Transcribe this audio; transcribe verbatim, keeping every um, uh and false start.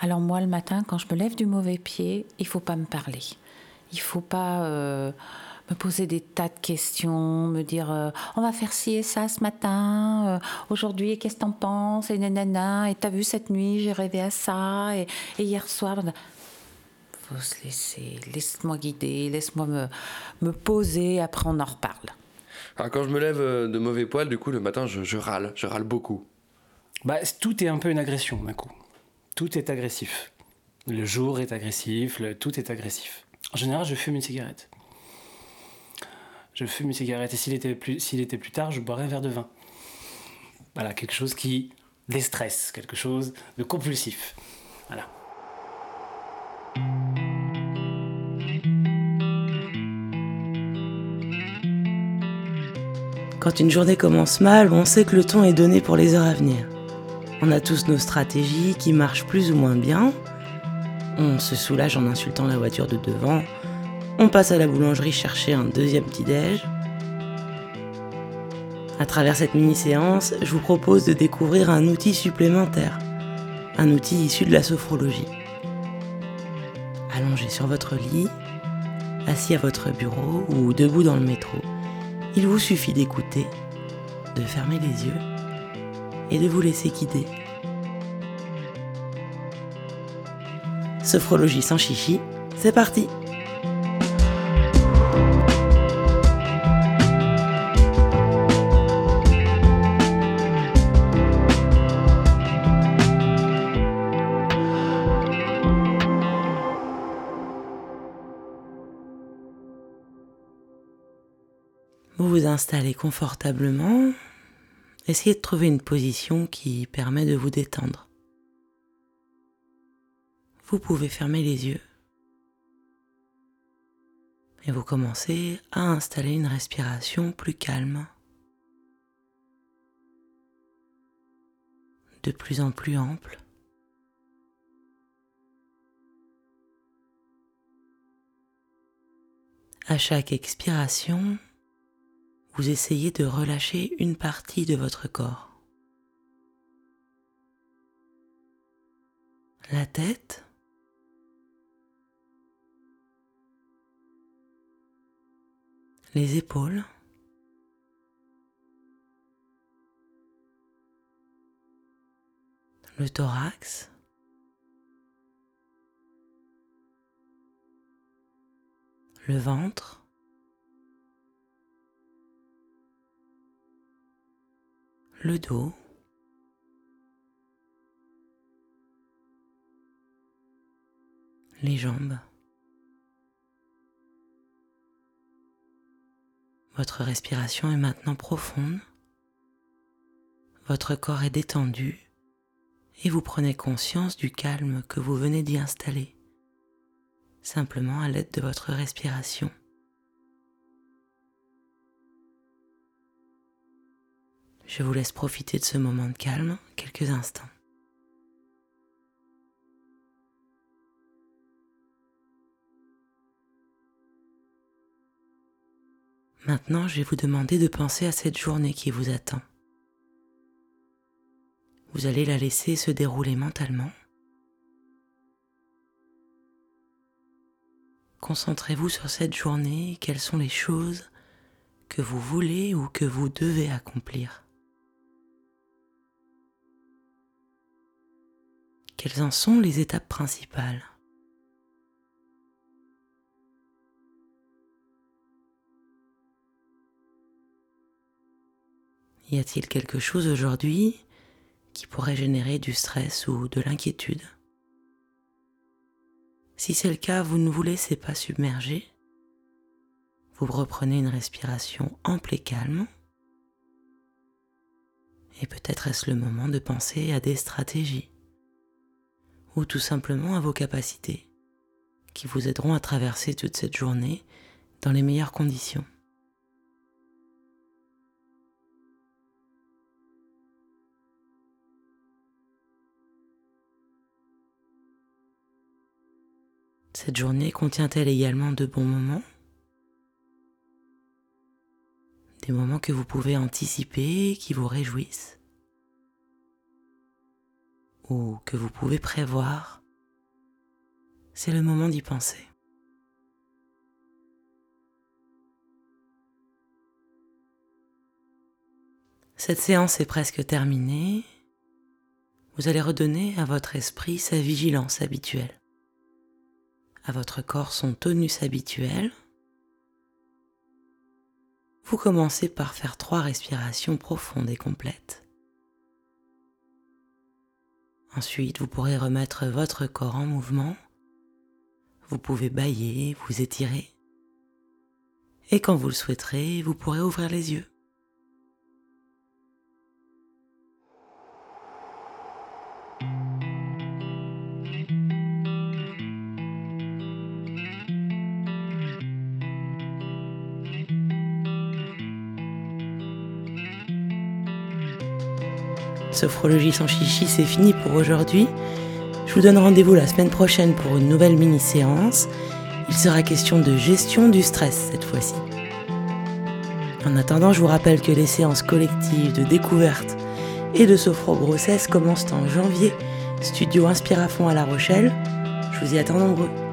Alors moi, le matin, quand je me lève du mauvais pied, il faut pas me parler. Il faut pas euh, me poser des tas de questions, me dire euh, on va faire ci et ça ce matin, euh, aujourd'hui, qu'est-ce que t'en penses, et nanana, et t'as vu cette nuit, j'ai rêvé à ça, et, et hier soir... Faut se laisser, laisse-moi guider, laisse-moi me, me poser, après on en reparle. Alors quand je me lève euh, de mauvais poil, du coup, le matin, je, je râle, je râle beaucoup. Bah, tout est un peu une agression d'un coup. Tout est agressif. Le jour est agressif, le, tout est agressif. En général, je fume une cigarette. Je fume une cigarette et s'il était plus, s'il était plus tard, je boirais un verre de vin. Voilà, quelque chose qui déstresse, quelque chose de compulsif. Voilà. Quand une journée commence mal, on sait que le ton est donné pour les heures à venir. On a tous nos stratégies qui marchent plus ou moins bien. On se soulage en insultant la voiture de devant. On passe à la boulangerie chercher un deuxième petit-déj. À travers cette mini-séance, je vous propose de découvrir un outil supplémentaire. Un outil issu de la sophrologie. Allongé sur votre lit, assis à votre bureau ou debout dans le métro, il vous suffit d'écouter, de fermer les yeux et de vous laisser guider. Sophrologie sans chichi, c'est parti! Vous vous installez confortablement. Essayez de trouver une position qui permet de vous détendre. Vous pouvez fermer les yeux. Et vous commencez à installer une respiration plus calme. De plus en plus ample. À chaque expiration, vous essayez de relâcher une partie de votre corps. La tête, les épaules, le thorax, le ventre, le dos, les jambes. Votre respiration est maintenant profonde, votre corps est détendu et vous prenez conscience du calme que vous venez d'y installer, simplement à l'aide de votre respiration. Je vous laisse profiter de ce moment de calme quelques instants. Maintenant, je vais vous demander de penser à cette journée qui vous attend. Vous allez la laisser se dérouler mentalement. Concentrez-vous sur cette journée, quelles sont les choses que vous voulez ou que vous devez accomplir. Quelles en sont les étapes principales ? Y a-t-il quelque chose aujourd'hui qui pourrait générer du stress ou de l'inquiétude ? Si c'est le cas, vous ne vous laissez pas submerger. Vous reprenez une respiration ample et calme. Et peut-être est-ce le moment de penser à des stratégies ou tout simplement à vos capacités qui vous aideront à traverser toute cette journée dans les meilleures conditions. Cette journée contient-elle également de bons moments ? Des moments que vous pouvez anticiper, qui vous réjouissent ? Ou que vous pouvez prévoir c'est le moment d'y penser. Cette séance est presque terminée. Vous allez redonner à votre esprit sa vigilance habituelle, à votre corps son tonus habituel. Vous commencez par faire trois respirations profondes et complètes. Ensuite, vous pourrez remettre votre corps en mouvement. Vous pouvez bâiller, vous étirer. Et quand vous le souhaiterez, vous pourrez ouvrir les yeux. Sophrologie sans chichi, c'est fini pour aujourd'hui. Je vous donne rendez-vous la semaine prochaine pour une nouvelle mini-séance. Il sera question de gestion du stress cette fois-ci. En attendant, je vous rappelle que les séances collectives de découverte et de sophro-grossesse commencent en janvier. Studio Inspire à fond à La Rochelle. Je vous y attends nombreux.